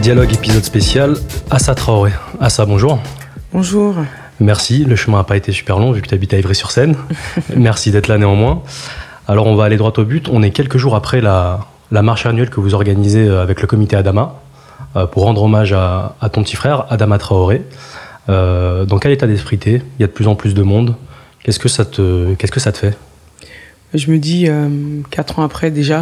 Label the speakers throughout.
Speaker 1: Dialogue épisode spécial, Assa Traoré. Assa, bonjour.
Speaker 2: Bonjour.
Speaker 1: Merci, le chemin n'a pas été super long vu que tu habites à Ivry-sur-Seine. Merci d'être là néanmoins. Alors on va aller droit au but, on est quelques jours après la marche annuelle que vous organisez avec le comité Adama pour rendre hommage à ton petit frère, Adama Traoré. Dans quel état d'esprit t'es ? Il y a de plus en plus de monde. Qu'est-ce que ça te fait ?
Speaker 2: Je me dis, 4 ans après déjà,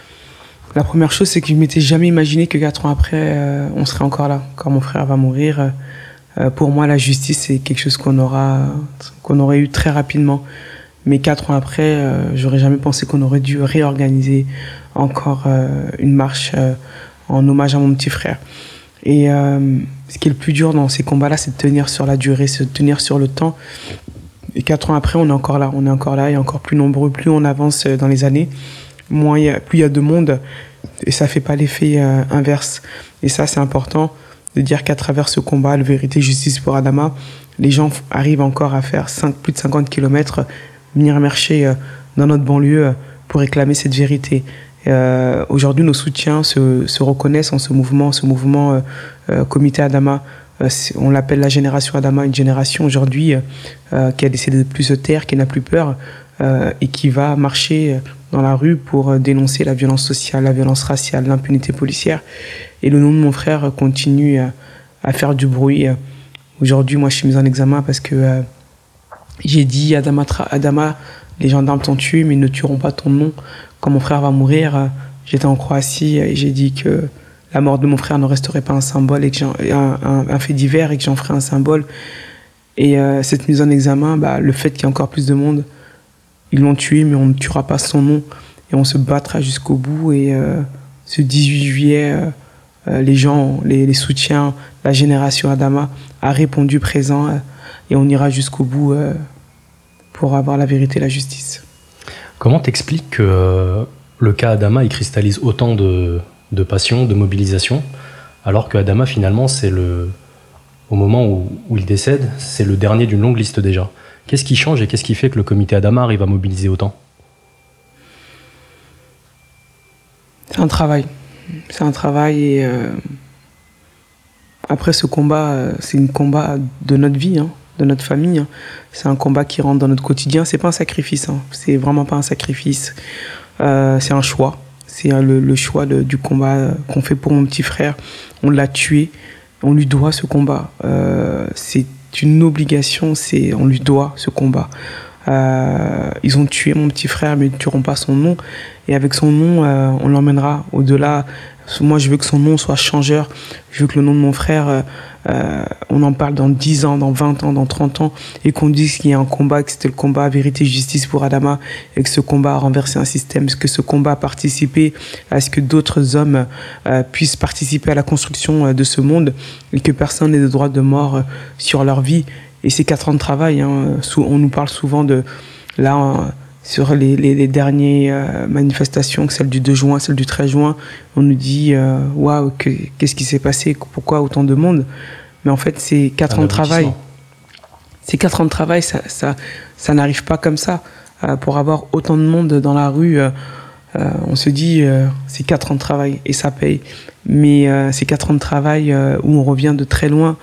Speaker 2: la première chose c'est que je ne m'étais jamais imaginé que 4 ans après, on serait encore là. Quand mon frère va mourir, pour moi la justice c'est quelque chose qu'on aurait eu très rapidement. Mais 4 ans après, j'aurais jamais pensé qu'on aurait dû réorganiser encore une marche en hommage à mon petit frère. Et ce qui est le plus dur dans ces combats-là, c'est de tenir sur la durée, c'est de tenir sur le temps. Et 4 ans après, on est encore là, et encore plus nombreux. Plus on avance dans les années, plus il y a de monde, et ça fait pas l'effet inverse. Et ça, c'est important de dire qu'à travers ce combat, le vérité justice pour Adama, les gens arrivent encore à faire plus de 50 km, venir marcher dans notre banlieue pour réclamer cette vérité. Aujourd'hui, nos soutiens se reconnaissent en ce mouvement comité Adama. On l'appelle la génération Adama, une génération aujourd'hui qui a décidé de plus se taire, qui n'a plus peur et qui va marcher dans la rue pour dénoncer la violence sociale, la violence raciale, l'impunité policière. Et le nom de mon frère continue à faire du bruit. Aujourd'hui, moi, je suis mis en examen parce que j'ai dit Adama, les gendarmes t'ont tué, mais ils ne tueront pas ton nom. Quand mon frère va mourir, j'étais en Croatie et j'ai dit que la mort de mon frère ne resterait pas un symbole, et un fait divers, et que j'en ferais un symbole. Et cette mise en examen, le fait qu'il y ait encore plus de monde, ils l'ont tué, mais on ne tuera pas son nom. Et on se battra jusqu'au bout. Et ce 18 juillet, les gens, les soutiens, la génération Adama a répondu présent. Et on ira jusqu'au bout pour avoir la vérité et la justice.
Speaker 1: Comment t'expliques que le cas Adama, il cristallise autant de passion, de mobilisation, alors que Adama, finalement, au moment où il décède, c'est le dernier d'une longue liste déjà. Qu'est-ce qui change et qu'est-ce qui fait que le comité Adama arrive à mobiliser autant ?
Speaker 2: C'est un travail. Et après ce combat, c'est un combat de notre vie, de notre famille. C'est un combat qui rentre dans notre quotidien. C'est pas un sacrifice. C'est vraiment pas un sacrifice. C'est un choix. C'est le choix du combat qu'on fait pour mon petit frère. On l'a tué. On lui doit ce combat. C'est une obligation. On lui doit ce combat. Ils ont tué mon petit frère, mais ils ne tueront pas son nom. Et avec son nom, on l'emmènera au-delà. Moi, je veux que son nom soit changeur. Je veux que le nom de mon frère, on en parle dans 10 ans, dans 20 ans, dans 30 ans, et qu'on dise qu'il y a un combat, que c'était le combat vérité justice pour Adama, et que ce combat a renversé un système, que ce combat a participé à ce que d'autres hommes puissent participer à la construction de ce monde, et que personne n'ait de droit de mort sur leur vie. Et ces 4 ans de travail, on nous parle souvent de... Sur les dernières manifestations, celle du 2 juin, celle du 13 juin, on nous dit waouh, qu'est-ce qui s'est passé, pourquoi autant de monde ? Mais en fait, c'est 4 ans de travail. Ces 4 ans de travail, ça n'arrive pas comme ça. Pour avoir autant de monde dans la rue, on se dit c'est 4 ans de travail et ça paye. Mais c'est 4 ans de travail où on revient de très loin.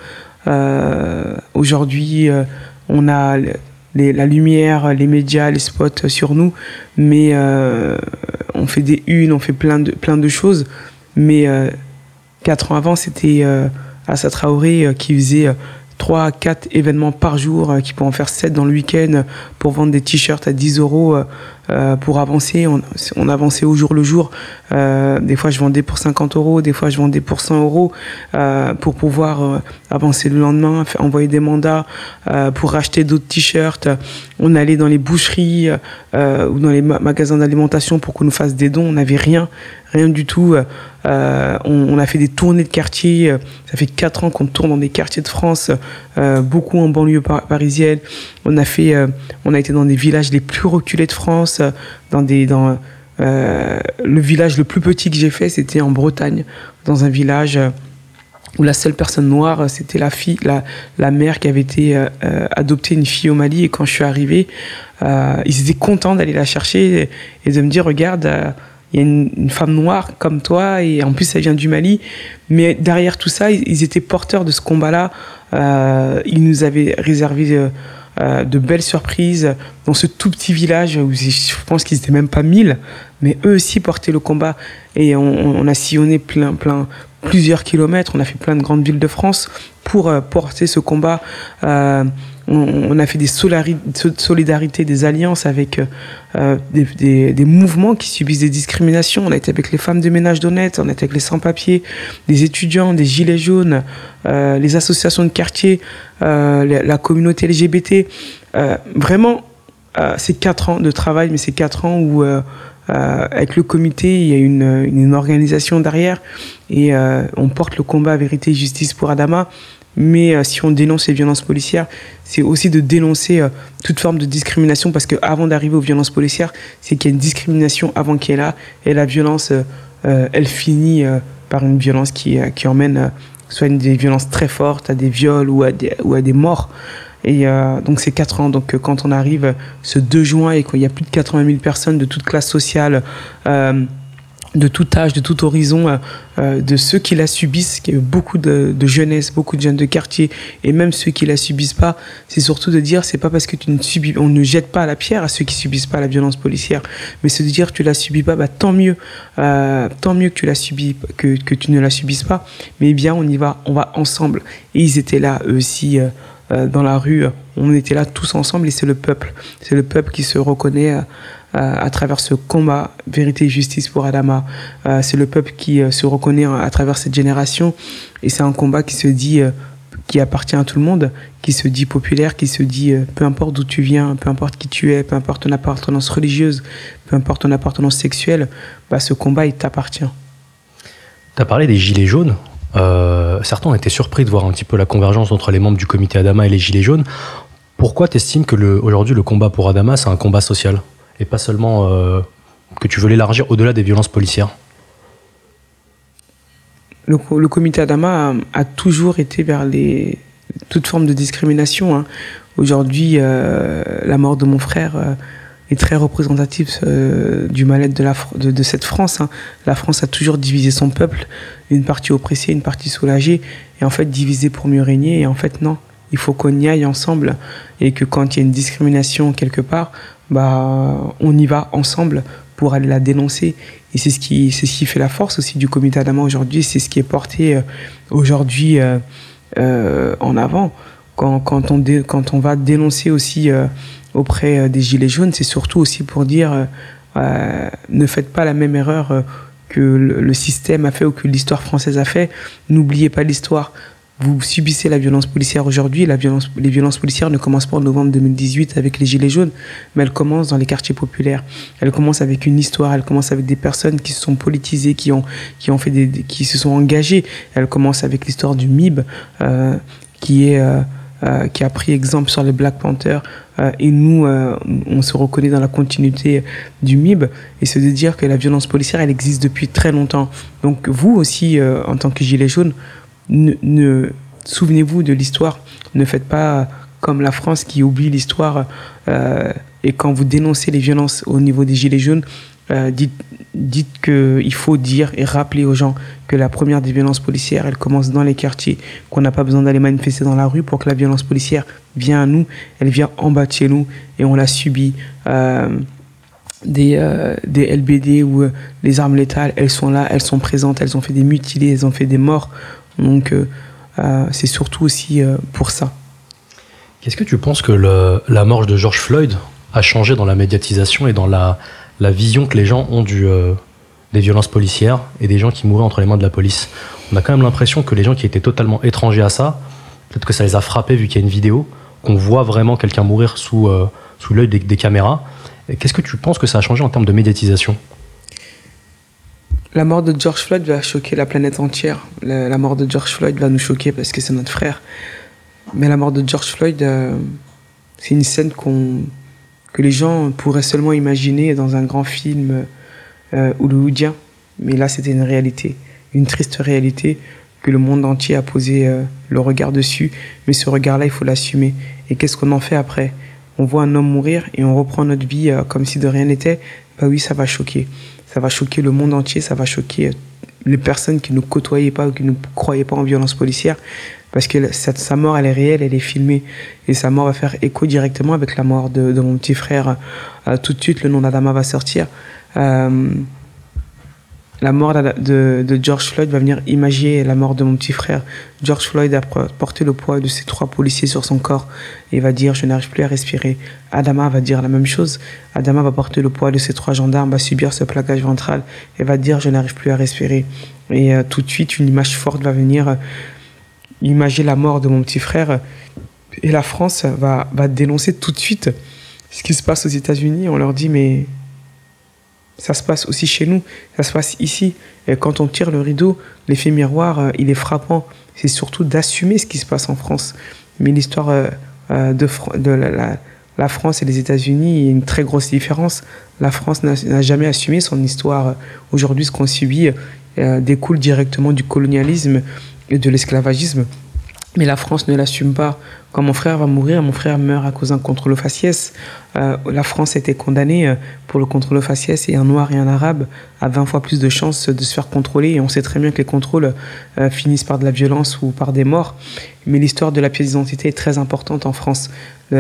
Speaker 2: Aujourd'hui, on a la lumière, les médias, les spots sur nous, mais on fait des unes, on fait plein de choses. Mais 4 ans avant, c'était Assa Traoré qui faisait 3 à 4 événements par jour, qui peut en faire 7 dans le week-end pour vendre des t-shirts à 10 €, pour avancer. On avançait au jour le jour. Des fois, je vendais pour 50 €, des fois, je vendais pour 100 € pour pouvoir avancer le lendemain, envoyer des mandats pour racheter d'autres t-shirts. On allait dans les boucheries ou dans les magasins d'alimentation pour qu'on nous fasse des dons. On n'avait rien du tout. On a fait des tournées de quartier. Ça fait 4 ans qu'on tourne dans des quartiers de France, beaucoup en banlieue parisienne. On a été dans des villages les plus reculés de France. Le village le plus petit que j'ai fait, c'était en Bretagne, dans un village où la seule personne noire, c'était la mère qui avait été adopter une fille au Mali. Et quand je suis arrivé, ils étaient contents d'aller la chercher et de me dire, regarde, il y a une femme noire comme toi, et en plus, elle vient du Mali. Mais derrière tout ça, ils étaient porteurs de ce combat-là. Ils nous avaient réservé de belles surprises dans ce tout petit village où je pense qu'ils n'étaient même pas 1000, mais eux aussi portaient le combat. Et on a sillonné plusieurs kilomètres, on a fait plein de grandes villes de France pour porter ce combat. On a fait des solidarités, des alliances avec des mouvements qui subissent des discriminations. On a été avec les femmes de ménage d'honnête, on a été avec les sans-papiers, des étudiants, des gilets jaunes, les associations de quartier, la communauté LGBT. Vraiment, c'est 4 ans de travail, mais c'est 4 ans où avec le comité, il y a une organisation derrière, et on porte le combat vérité et justice pour Adama. Mais si on dénonce les violences policières, c'est aussi de dénoncer toute forme de discrimination, parce qu'avant d'arriver aux violences policières, c'est qu'il y a une discrimination avant qu'elle est là, et la violence, elle finit par une violence qui emmène soit des violences très fortes, à des viols ou à des morts. Et donc c'est 4 ans. Donc quand on arrive ce 2 juin et qu'il y a plus de 80 000 personnes de toute classe sociale, de tout âge, de tout horizon, de ceux qui la subissent, qu'il y a eu beaucoup de jeunesse, beaucoup de jeunes de quartier, et même ceux qui la subissent pas, c'est surtout de dire, c'est pas parce que on ne jette pas la pierre à ceux qui subissent pas la violence policière, mais c'est de dire, tu la subis pas, tant mieux que tu la subis, que tu ne la subisses pas, mais bien on va ensemble. Et ils étaient là, eux aussi, dans la rue, on était là tous ensemble, et c'est le peuple qui se reconnaît à travers ce combat vérité et justice pour Adama. C'est le peuple qui se reconnaît à travers cette génération, et c'est un combat qui se dit qui appartient à tout le monde, qui se dit populaire, qui se dit peu importe d'où tu viens, peu importe qui tu es, peu importe ton appartenance religieuse, peu importe ton appartenance sexuelle, ce combat il t'appartient.
Speaker 1: Tu as parlé des gilets jaunes. Certains ont été surpris de voir un petit peu la convergence entre les membres du comité Adama et les gilets jaunes. Pourquoi t'estimes que aujourd'hui le combat pour Adama c'est un combat social et pas seulement que tu veux l'élargir au-delà des violences policières?
Speaker 2: Le comité Adama a toujours été vers toute forme de discrimination, hein. Aujourd'hui, la mort de mon frère est très représentative du mal-être de cette France, hein. La France a toujours divisé son peuple, une partie oppressée, une partie soulagée, et en fait divisé pour mieux régner. Et en fait non, il faut qu'on y aille ensemble, et que quand il y a une discrimination quelque part, on y va ensemble pour aller la dénoncer. Et c'est ce qui fait la force aussi du comité Adama aujourd'hui, c'est ce qui est porté aujourd'hui en avant. Quand on va dénoncer aussi auprès des Gilets jaunes, c'est surtout aussi pour dire ne faites pas la même erreur que le système a fait ou que l'histoire française a fait. N'oubliez pas l'histoire. Vous subissez la violence policière aujourd'hui. Les violences policières ne commencent pas en novembre 2018 avec les Gilets jaunes, mais elles commencent dans les quartiers populaires. Elles commencent avec une histoire. Elles commencent avec des personnes qui se sont politisées, qui se sont engagées. Elles commencent avec l'histoire du MIB, qui a pris exemple sur les Black Panthers. Et nous, on se reconnaît dans la continuité du MIB. Et c'est de dire que la violence policière, elle existe depuis très longtemps. Donc vous aussi, en tant que Gilets jaunes, souvenez-vous de l'histoire. Ne faites pas comme la France qui oublie l'histoire. Et quand vous dénoncez les violences au niveau des Gilets jaunes, dites qu'il faut dire et rappeler aux gens que la première des violences policières, elle commence dans les quartiers, qu'on n'a pas besoin d'aller manifester dans la rue pour que la violence policière vienne à nous. Elle vient en bas de chez nous et on la subit. Des LBD ou les armes létales, elles sont là, elles sont présentes, elles ont fait des mutilés, elles ont fait des morts. Donc c'est surtout aussi pour ça.
Speaker 1: Qu'est-ce que tu penses que la mort de George Floyd a changé dans la médiatisation et dans la vision que les gens ont des violences policières et des gens qui mouraient entre les mains de la police? On a quand même l'impression que les gens qui étaient totalement étrangers à ça, peut-être que ça les a frappés vu qu'il y a une vidéo, qu'on voit vraiment quelqu'un mourir sous l'œil des caméras. Et qu'est-ce que tu penses que ça a changé en termes de médiatisation?
Speaker 2: La mort de George Floyd va choquer la planète entière. La mort de George Floyd va nous choquer parce que c'est notre frère. Mais la mort de George Floyd, c'est une scène que les gens pourraient seulement imaginer dans un grand film hollywoodien. Mais là, c'était une réalité, une triste réalité que le monde entier a posé le regard dessus. Mais ce regard-là, il faut l'assumer. Et qu'est-ce qu'on en fait après? on voit un homme mourir et on reprend notre vie comme si de rien n'était, bah oui, ça va choquer. Ça va choquer le monde entier, ça va choquer les personnes qui ne côtoyaient pas ou qui ne croyaient pas en violence policière, parce que sa mort, elle est réelle, elle est filmée, et sa mort va faire écho directement avec la mort de mon petit frère. Tout de suite, le nom d'Adama va sortir. La mort de George Floyd va venir imager la mort de mon petit frère. George Floyd a porté le poids de ces 3 policiers sur son corps et va dire « je n'arrive plus à respirer ». Adama va dire la même chose. Adama va porter le poids de ces 3 gendarmes, va subir ce plaquage ventral et va dire « je n'arrive plus à respirer ». Et tout de suite, une image forte va venir imager la mort de mon petit frère. Et la France va dénoncer tout de suite ce qui se passe aux États-Unis. On leur dit « mais… ça se passe aussi chez nous, ça se passe ici. » Et quand on tire le rideau, l'effet miroir, il est frappant. C'est surtout d'assumer ce qui se passe en France. Mais l'histoire de la France et les États-Unis, il y a une très grosse différence. La France n'a jamais assumé son histoire. Aujourd'hui, ce qu'on subit découle directement du colonialisme et de l'esclavagisme. Mais la France ne l'assume pas. Quand mon frère va mourir, mon frère meurt à cause d'un contrôle au faciès. La France a été condamnée pour le contrôle au faciès, et un noir et un arabe a 20 fois plus de chances de se faire contrôler. Et on sait très bien que les contrôles finissent par de la violence ou par des morts. Mais l'histoire de la pièce d'identité est très importante en France.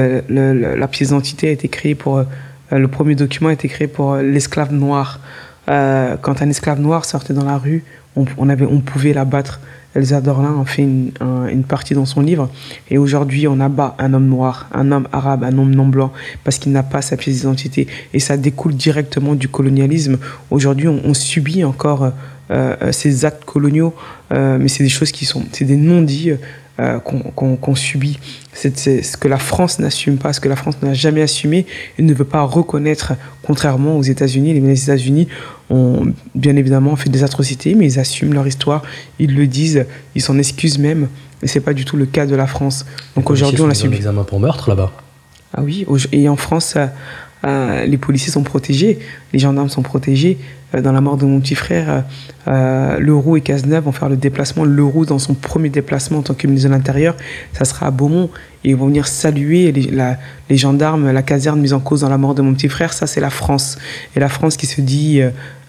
Speaker 2: La pièce d'identité a été créée pour… le premier document a été créé pour l'esclave noir. Quand un esclave noir sortait dans la rue, on pouvait l'abattre. Elsa Dorlin en fait une partie dans son livre. Et aujourd'hui, on abat un homme noir, un homme arabe, un homme non blanc, parce qu'il n'a pas sa pièce d'identité. Et ça découle directement du colonialisme. Aujourd'hui, on subit encore ces actes coloniaux, mais c'est des choses c'est des non-dits qu'on subit. C'est ce que la France n'assume pas, ce que la France n'a jamais assumé et ne veut pas reconnaître, contrairement aux États-Unis. Les États-Unis ont bien évidemment fait des atrocités, mais ils assument leur histoire, ils le disent, ils s'en excusent même, et c'est pas du tout le cas de la France. Donc aujourd'hui, on l'a subi.
Speaker 1: Examen pour meurtre là-bas.
Speaker 2: Ah oui, et en France, les policiers sont protégés, les gendarmes sont protégés. Dans la mort de mon petit frère, Leroux et Cazeneuve vont faire le déplacement. Leroux, dans son premier déplacement en tant que ministre de l'Intérieur, ça sera à Beaumont. Et ils vont venir saluer les gendarmes, la caserne mise en cause dans la mort de mon petit frère. Ça, c'est la France. Et la France qui se dit…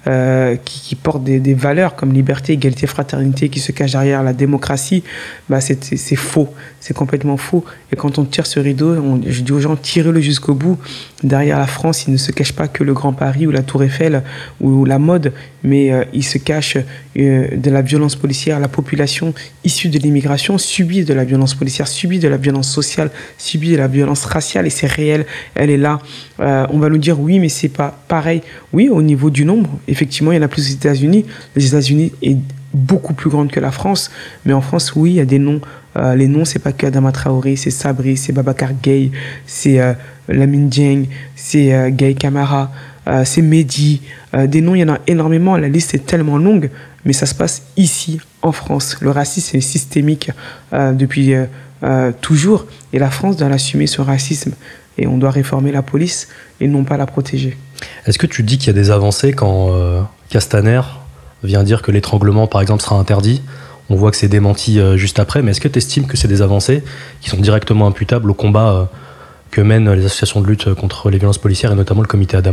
Speaker 2: qui porte des valeurs comme liberté, égalité, fraternité, qui se cache derrière la démocratie, bah c'est faux, c'est complètement faux. Et quand on tire ce rideau, je dis aux gens, tirez-le jusqu'au bout. Derrière la France, il ne se cache pas que le Grand Paris ou la Tour Eiffel ou la mode, mais il se cache de la violence policière. La population issue de l'immigration subit de la violence policière, subit de la violence sociale, subit de la violence raciale, et c'est réel, elle est là. On va nous dire, oui, mais c'est pas pareil. Oui, au niveau du nombre, effectivement, il y en a plus aux États-Unis. Les États-Unis est beaucoup plus grande que la France. Mais en France, oui, il y a des noms. Les noms, c'est pas que Adama Traoré, c'est Sabri, c'est Babacar Gueye, c'est Lamine Dieng, c'est Gaye Camara, c'est Mehdi. Des noms, il y en a énormément. La liste est tellement longue, mais ça se passe ici, en France. Le racisme est systémique depuis toujours. Et la France doit assumer ce racisme. Et on doit réformer la police et non pas la protéger.
Speaker 1: Est-ce que tu dis qu'il y a des avancées quand Castaner vient dire que l'étranglement, par exemple, sera interdit ? On voit que c'est démenti juste après, mais est-ce que tu estimes que c'est des avancées qui sont directement imputables au combat que mènent les associations de lutte contre les violences policières et notamment le comité Adama ?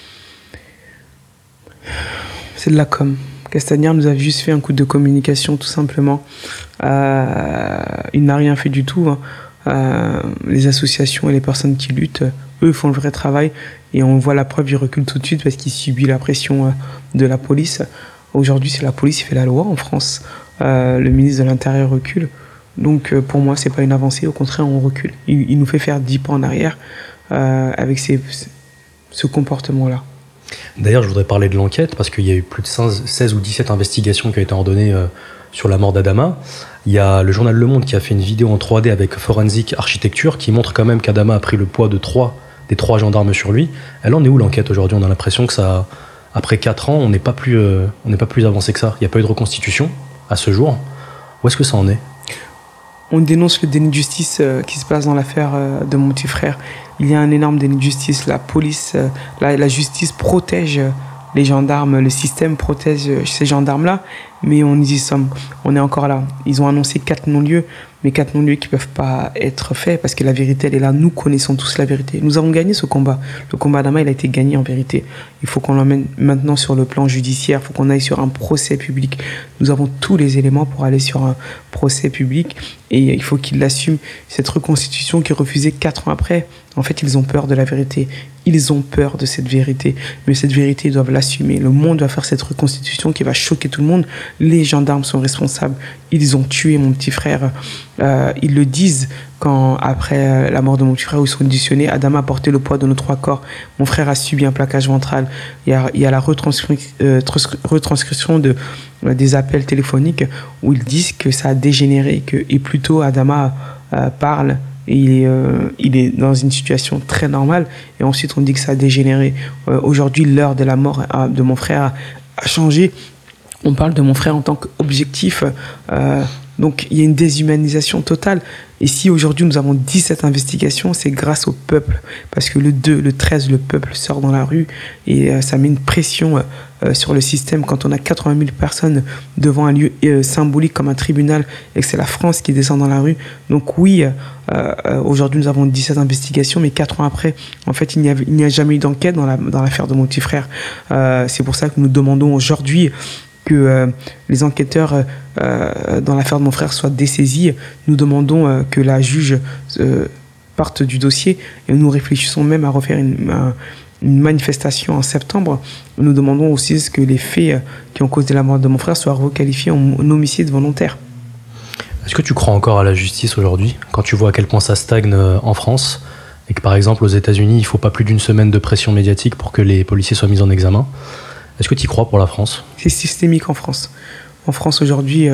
Speaker 2: C'est de la com. Castaner nous a juste fait un coup de communication, tout simplement. Il n'a rien fait du tout, hein. Les associations et les personnes qui luttent, eux, font le vrai travail, et on voit la preuve, ils reculent tout de suite parce qu'ils subissent la pression de la police. Aujourd'hui, c'est la police qui fait la loi en France. Le ministre de l'Intérieur recule. Donc pour moi, c'est pas une avancée, au contraire, on recule. Il nous fait faire 10 pas en arrière avec ce comportement-là.
Speaker 1: D'ailleurs, je voudrais parler de l'enquête parce qu'il y a eu plus de 16 ou 17 investigations qui ont été ordonnées sur la mort d'Adama. Il y a le journal Le Monde qui a fait une vidéo en 3D avec Forensic Architecture qui montre quand même qu'Adama a pris le poids des 3 gendarmes sur lui. Elle en est où l'enquête aujourd'hui ? On a l'impression que ça, après 4 ans, on n'est pas plus avancé que ça. Il n'y a pas eu de reconstitution à ce jour. Où est-ce que ça en est ?
Speaker 2: On dénonce le déni de justice qui se passe dans l'affaire de mon petit frère. Il y a un énorme déni de justice. La police, la justice protège les gendarmes, le système protège ces gendarmes-là, mais on y sommes. On est encore là. Ils ont annoncé 4 non-lieux, mais 4 non-lieux qui ne peuvent pas être faits parce que la vérité, elle est là. Nous connaissons tous la vérité. Nous avons gagné ce combat. Le combat Adama, il a été gagné en vérité. Il faut qu'on l'emmène maintenant sur le plan judiciaire. Il faut qu'on aille sur un procès public. Nous avons tous les éléments pour aller sur un procès public et il faut qu'ils l'assument. Cette reconstitution qui est refusée 4 ans après, en fait, ils ont peur de la vérité. Ils ont peur de cette vérité. Mais cette vérité, ils doivent l'assumer. Le monde va faire cette reconstitution qui va choquer tout le monde. Les gendarmes sont responsables. Ils ont tué mon petit frère. Ils le disent quand, après la mort de mon petit frère, où ils sont auditionnés, Adama a porté le poids de nos 3 corps. Mon frère a subi un plaquage ventral. Il y a la retranscription des appels téléphoniques où ils disent que ça a dégénéré. Et plutôt, Adama parle. Et il est dans une situation très normale et ensuite on dit que ça a dégénéré. Aujourd'hui, l'heure de la mort de mon frère a changé. On parle de mon frère en tant qu'objectif. Donc il y a une déshumanisation totale. Et si aujourd'hui nous avons 17 investigations, c'est grâce au peuple. Parce que le 13, le peuple sort dans la rue et ça met une pression sur le système. Quand on a 80 000 personnes devant un lieu symbolique comme un tribunal et que c'est la France qui descend dans la rue. Donc oui, aujourd'hui nous avons 17 investigations, mais 4 ans après, en fait, il n'y a jamais eu d'enquête dans l'affaire de mon petit frère. C'est pour ça que nous demandons aujourd'hui que les enquêteurs dans l'affaire de mon frère soient dessaisis. Nous demandons que la juge parte du dossier et nous réfléchissons même à refaire une manifestation en septembre. Nous demandons aussi que les faits qui ont causé la mort de mon frère soient requalifiés en homicide volontaire.
Speaker 1: Est-ce que tu crois encore à la justice aujourd'hui, quand tu vois à quel point ça stagne en France et que par exemple aux États-Unis, il ne faut pas plus d'une semaine de pression médiatique pour que les policiers soient mis en examen? Est-ce que tu y crois pour la France?
Speaker 2: C'est systémique en France. En France, aujourd'hui,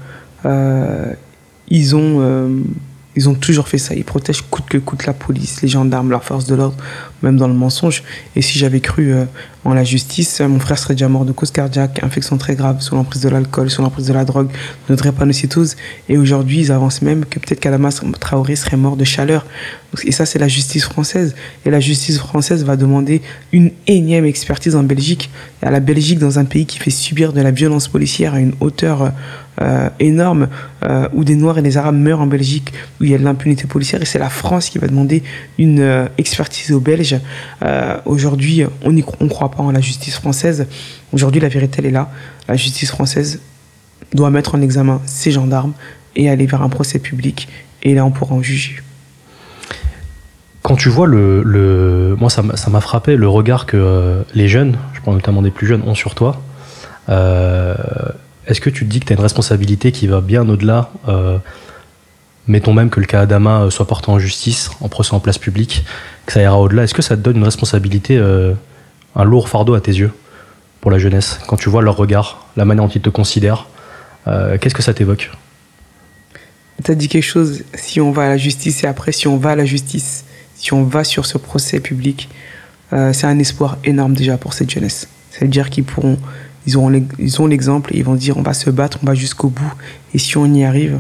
Speaker 2: ils ont toujours fait ça. Ils protègent coûte que coûte la police, les gendarmes, leurs forces de l'ordre, même dans le mensonge. Et si j'avais cru en la justice, mon frère serait déjà mort de cause cardiaque, infection très grave, sous l'emprise de l'alcool, sous l'emprise de la drogue, de drépanocytose. Et aujourd'hui, ils avancent même que peut-être qu'Adama Traoré serait mort de chaleur. Et ça, c'est la justice française. Et la justice française va demander une énième expertise en Belgique. Et à la Belgique, dans un pays qui fait subir de la violence policière à une hauteur énorme, où des Noirs et des Arabes meurent en Belgique, où il y a de l'impunité policière, et c'est la France qui va demander une expertise aux Belges. Aujourd'hui, on ne croit pas en la justice française. Aujourd'hui, la vérité, elle est là. La justice française doit mettre en examen ces gendarmes et aller vers un procès public, et là, on pourra en juger.
Speaker 1: Quand tu vois moi ça m'a frappé le regard que les jeunes, je parle notamment des plus jeunes, ont sur toi. Est-ce que tu te dis que tu as une responsabilité qui va bien au-delà, mettons même que le cas Adama soit porté en justice, en procès en place publique, que ça ira au-delà? Est-ce que ça te donne une responsabilité, un lourd fardeau à tes yeux pour la jeunesse, quand tu vois leur regard, la manière dont ils te considèrent? Qu'est-ce que ça t'évoque?
Speaker 2: Tu as dit quelque chose, si on va à la justice, et après si on va à la justice, si on va sur ce procès public, c'est un espoir énorme déjà pour cette jeunesse. C'est-à-dire ils ont l'exemple et ils vont dire on va se battre, on va jusqu'au bout. Et si on y arrive,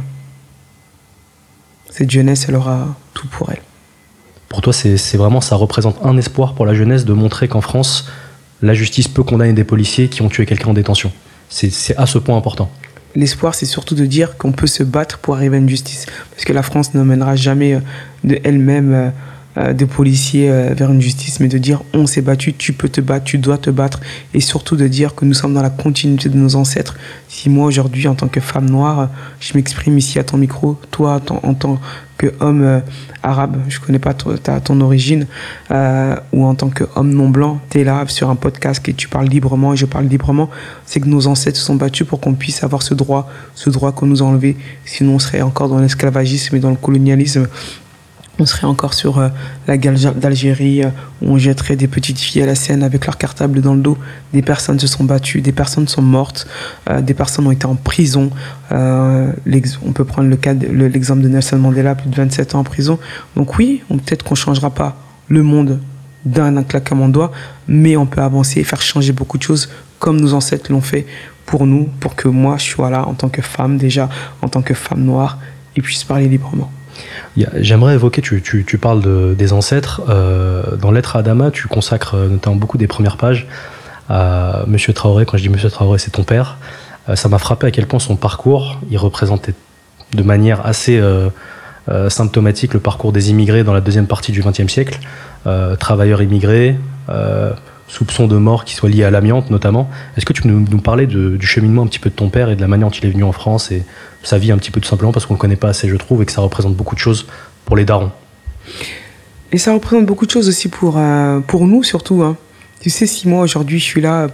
Speaker 2: cette jeunesse, elle aura tout pour elle.
Speaker 1: Pour toi, c'est vraiment, ça représente un espoir pour la jeunesse de montrer qu'en France, la justice peut condamner des policiers qui ont tué quelqu'un en détention. C'est à ce point important.
Speaker 2: L'espoir, c'est surtout de dire qu'on peut se battre pour arriver à une justice. Parce que la France ne mènera jamais de elle-même de policiers vers une justice, mais de dire on s'est battu, tu peux te battre, tu dois te battre, et surtout de dire que nous sommes dans la continuité de nos ancêtres. Si moi aujourd'hui en tant que femme noire, je m'exprime ici à ton micro, toi en tant qu'homme arabe, je connais pas ton origine, ou en tant qu'homme non blanc, tu es là sur un podcast et tu parles librement et je parle librement, c'est que nos ancêtres se sont battus pour qu'on puisse avoir ce droit qu'on nous a enlevé. Sinon on serait encore dans l'esclavagisme et dans le colonialisme. On serait encore sur la guerre d'Algérie où on jetterait des petites filles à la Seine avec leur cartable dans le dos. Des personnes se sont battues, des personnes sont mortes, des personnes ont été en prison. On peut prendre l'exemple de Nelson Mandela, plus de 27 ans en prison. Donc oui, peut-être qu'on ne changera pas le monde d'un claquement de doigts, mais on peut avancer et faire changer beaucoup de choses comme nos ancêtres l'ont fait pour nous, pour que moi je sois là en tant que femme déjà, en tant que femme noire, et puisse parler librement.
Speaker 1: J'aimerais évoquer, tu parles des ancêtres. Dans Lettre à Adama, tu consacres notamment beaucoup des premières pages à Monsieur Traoré. Quand je dis Monsieur Traoré, c'est ton père. Ça m'a frappé à quel point son parcours, il représentait de manière assez symptomatique le parcours des immigrés dans la deuxième partie du XXe siècle. Travailleurs immigrés, soupçons de mort qui soient liés à l'amiante notamment. Est-ce que tu peux nous parler du cheminement un petit peu de ton père et de la manière dont il est venu en France et sa vie un petit peu tout simplement parce qu'on ne le connaît pas assez je trouve et que ça représente beaucoup de choses pour les darons.
Speaker 2: Et ça représente beaucoup de choses aussi pour nous surtout. Hein. Tu sais, si moi aujourd'hui je suis là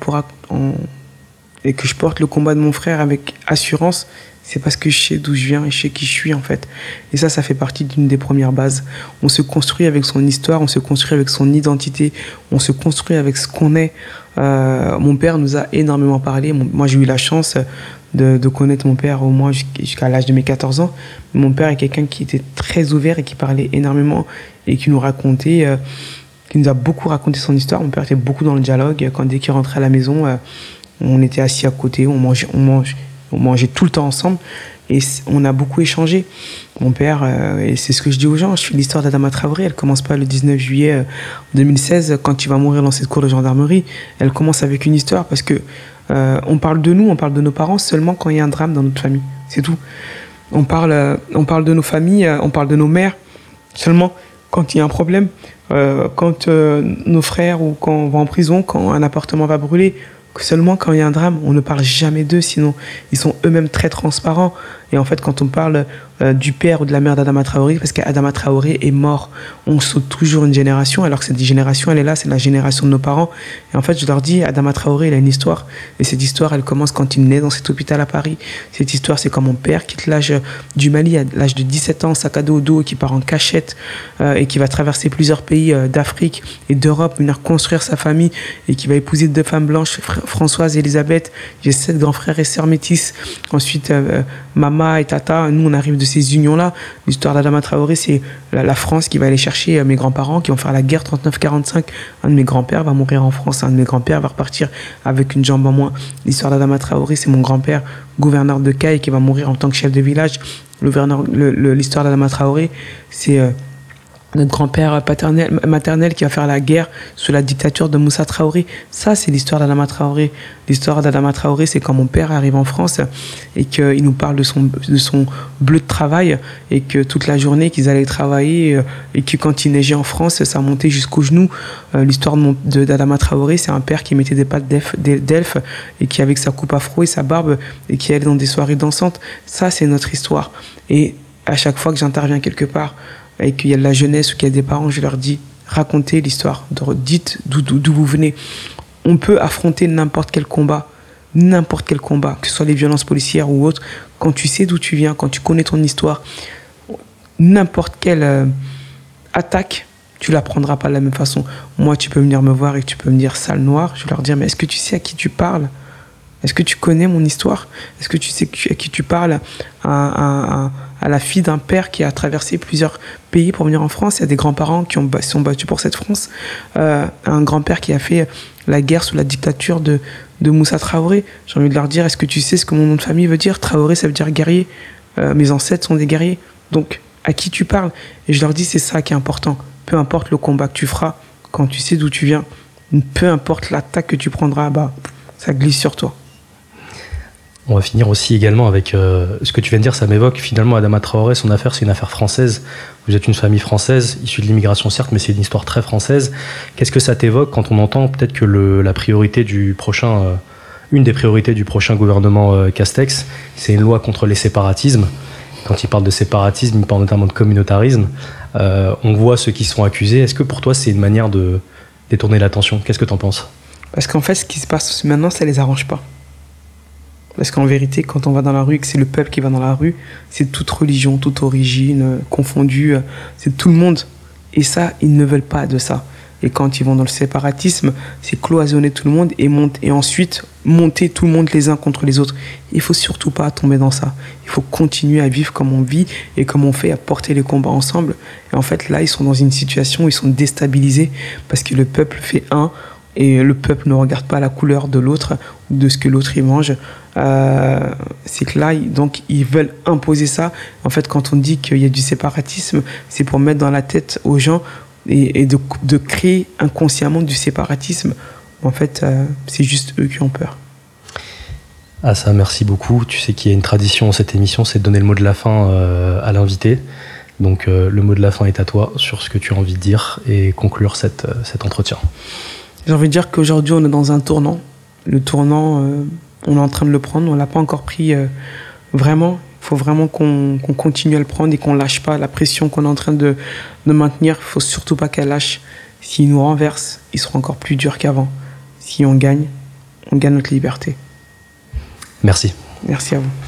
Speaker 2: et que je porte le combat de mon frère avec assurance, c'est parce que je sais d'où je viens et je sais qui je suis en fait. Et ça fait partie d'une des premières bases. On se construit avec son histoire, on se construit avec son identité, on se construit avec ce qu'on est. Mon père nous a énormément parlé. Moi j'ai eu la chance de connaître mon père au moins jusqu'à l'âge de mes 14 ans. Mon père est quelqu'un qui était très ouvert et qui parlait énormément et qui nous racontait, qui nous a beaucoup raconté son histoire. Mon père était beaucoup dans le dialogue. Dès qu'il rentrait à la maison, on était assis à côté, on mangeait tout le temps ensemble et on a beaucoup échangé. Mon père, et c'est ce que je dis aux gens, je suis l'histoire d'Adama Traoré, elle commence pas le 19 juillet 2016 quand il va mourir dans cette cour de gendarmerie. Elle commence avec une histoire parce que on parle de nous, on parle de nos parents seulement quand il y a un drame dans notre famille, c'est tout. On parle de nos familles, on parle de nos mères seulement quand il y a un problème, quand nos frères ou quand on va en prison, quand un appartement va brûler. Seulement quand il y a un drame, on ne parle jamais d'eux, sinon ils sont eux-mêmes très transparents. Et en fait, quand on parle du père ou de la mère d'Adama Traoré, parce qu'Adama Traoré est mort, on saute toujours une génération, alors que cette génération, elle est là, c'est la génération de nos parents. Et en fait, je leur dis, Adama Traoré, il a une histoire. Et cette histoire, elle commence quand il naît dans cet hôpital à Paris. Cette histoire, c'est quand mon père quitte l'âge du Mali à l'âge de 17 ans, sac à dos au dos, qui part en cachette et qui va traverser plusieurs pays d'Afrique et d'Europe, venir construire sa famille et qui va épouser 2 femmes blanches, Françoise et Elisabeth. J'ai 7 grands frères et sœurs métis. Ensuite, Mama et Tata, nous on arrive de ces unions-là. L'histoire d'Adama Traoré, c'est la France qui va aller chercher mes grands-parents qui vont faire la guerre 39-45. Un de mes grands-pères va mourir en France, un de mes grands-pères va repartir avec une jambe en moins. L'histoire d'Adama Traoré, c'est mon grand-père, gouverneur de Caille, qui va mourir en tant que chef de village. L'histoire d'Adama Traoré, c'est notre grand-père maternel qui va faire la guerre sous la dictature de Moussa Traoré. Ça, c'est l'histoire d'Adama Traoré. L'histoire d'Adama Traoré, c'est quand mon père arrive en France et qu'il nous parle de son bleu de travail et que toute la journée qu'ils allaient travailler et que quand il neigeait en France, ça montait jusqu'aux genoux. L'histoire d'Adama Traoré, c'est un père qui mettait des pâtes d'elfe et qui, avec sa coupe afro et sa barbe, et qui allait dans des soirées dansantes. Ça, c'est notre histoire. Et à chaque fois que j'interviens quelque part, et qu'il y a de la jeunesse ou qu'il y a des parents, je leur dis, racontez l'histoire, dites d'où vous venez. On peut affronter n'importe quel combat, que ce soit les violences policières ou autres, quand tu sais d'où tu viens, quand tu connais ton histoire, n'importe quelle attaque, tu la prendras pas de la même façon. Moi, tu peux venir me voir et tu peux me dire sale noire, je vais leur dire, mais est-ce que tu sais à qui tu parles ? Est-ce que tu connais mon histoire ? Est-ce que tu sais à qui tu parles ? À la fille d'un père qui a traversé plusieurs pays pour venir en France. Il y a des grands-parents qui sont battus pour cette France. Un grand-père qui a fait la guerre sous la dictature de Moussa Traoré. J'ai envie de leur dire, est-ce que tu sais ce que mon nom de famille veut dire ? Traoré, ça veut dire guerrier. Mes ancêtres sont des guerriers. Donc, à qui tu parles ? Et je leur dis, c'est ça qui est important. Peu importe le combat que tu feras, quand tu sais d'où tu viens, peu importe l'attaque que tu prendras, ça glisse sur toi.
Speaker 1: On va finir aussi également avec ce que tu viens de dire, ça m'évoque finalement Adama Traoré, son affaire, c'est une affaire française. Vous êtes une famille française, issue de l'immigration certes, mais c'est une histoire très française. Qu'est-ce que ça t'évoque quand on entend peut-être que la priorité du prochain, une des priorités du prochain gouvernement Castex, c'est une loi contre les séparatismes. Quand il parle de séparatisme, il parle notamment de communautarisme. On voit ceux qui sont accusés. Est-ce que pour toi, c'est une manière de détourner l'attention ? Qu'est-ce que tu en penses ?
Speaker 2: Parce qu'en fait, ce qui se passe maintenant, ça les arrange pas. Parce qu'en vérité, quand on va dans la rue et que c'est le peuple qui va dans la rue, c'est toute religion, toute origine confondue, c'est tout le monde. Et ça, ils ne veulent pas de ça. Et quand ils vont dans le séparatisme, c'est cloisonner tout le monde et ensuite monter tout le monde les uns contre les autres. Il ne faut surtout pas tomber dans ça. Il faut continuer à vivre comme on vit et comme on fait, à porter les combats ensemble. Et en fait, là, ils sont dans une situation où ils sont déstabilisés parce que le peuple fait un. Et le peuple ne regarde pas la couleur de l'autre ou de ce que l'autre y mange. C'est que là, donc, ils veulent imposer ça. En fait, quand on dit qu'il y a du séparatisme, c'est pour mettre dans la tête aux gens et de créer inconsciemment du séparatisme. En fait, c'est juste eux qui ont peur.
Speaker 1: Assa, merci beaucoup. Tu sais qu'il y a une tradition dans cette émission, c'est de donner le mot de la fin à l'invité. Donc le mot de la fin est à toi sur ce que tu as envie de dire et conclure cet entretien.
Speaker 2: J'ai envie de dire qu'aujourd'hui, on est dans un tournant. Le tournant, on est en train de le prendre. On ne l'a pas encore pris vraiment. Il faut vraiment qu'on continue à le prendre et qu'on ne lâche pas. La pression qu'on est en train de maintenir, il ne faut surtout pas qu'elle lâche. S'il nous renverse, il sera encore plus dur qu'avant. Si on gagne notre liberté.
Speaker 1: Merci.
Speaker 2: Merci à vous.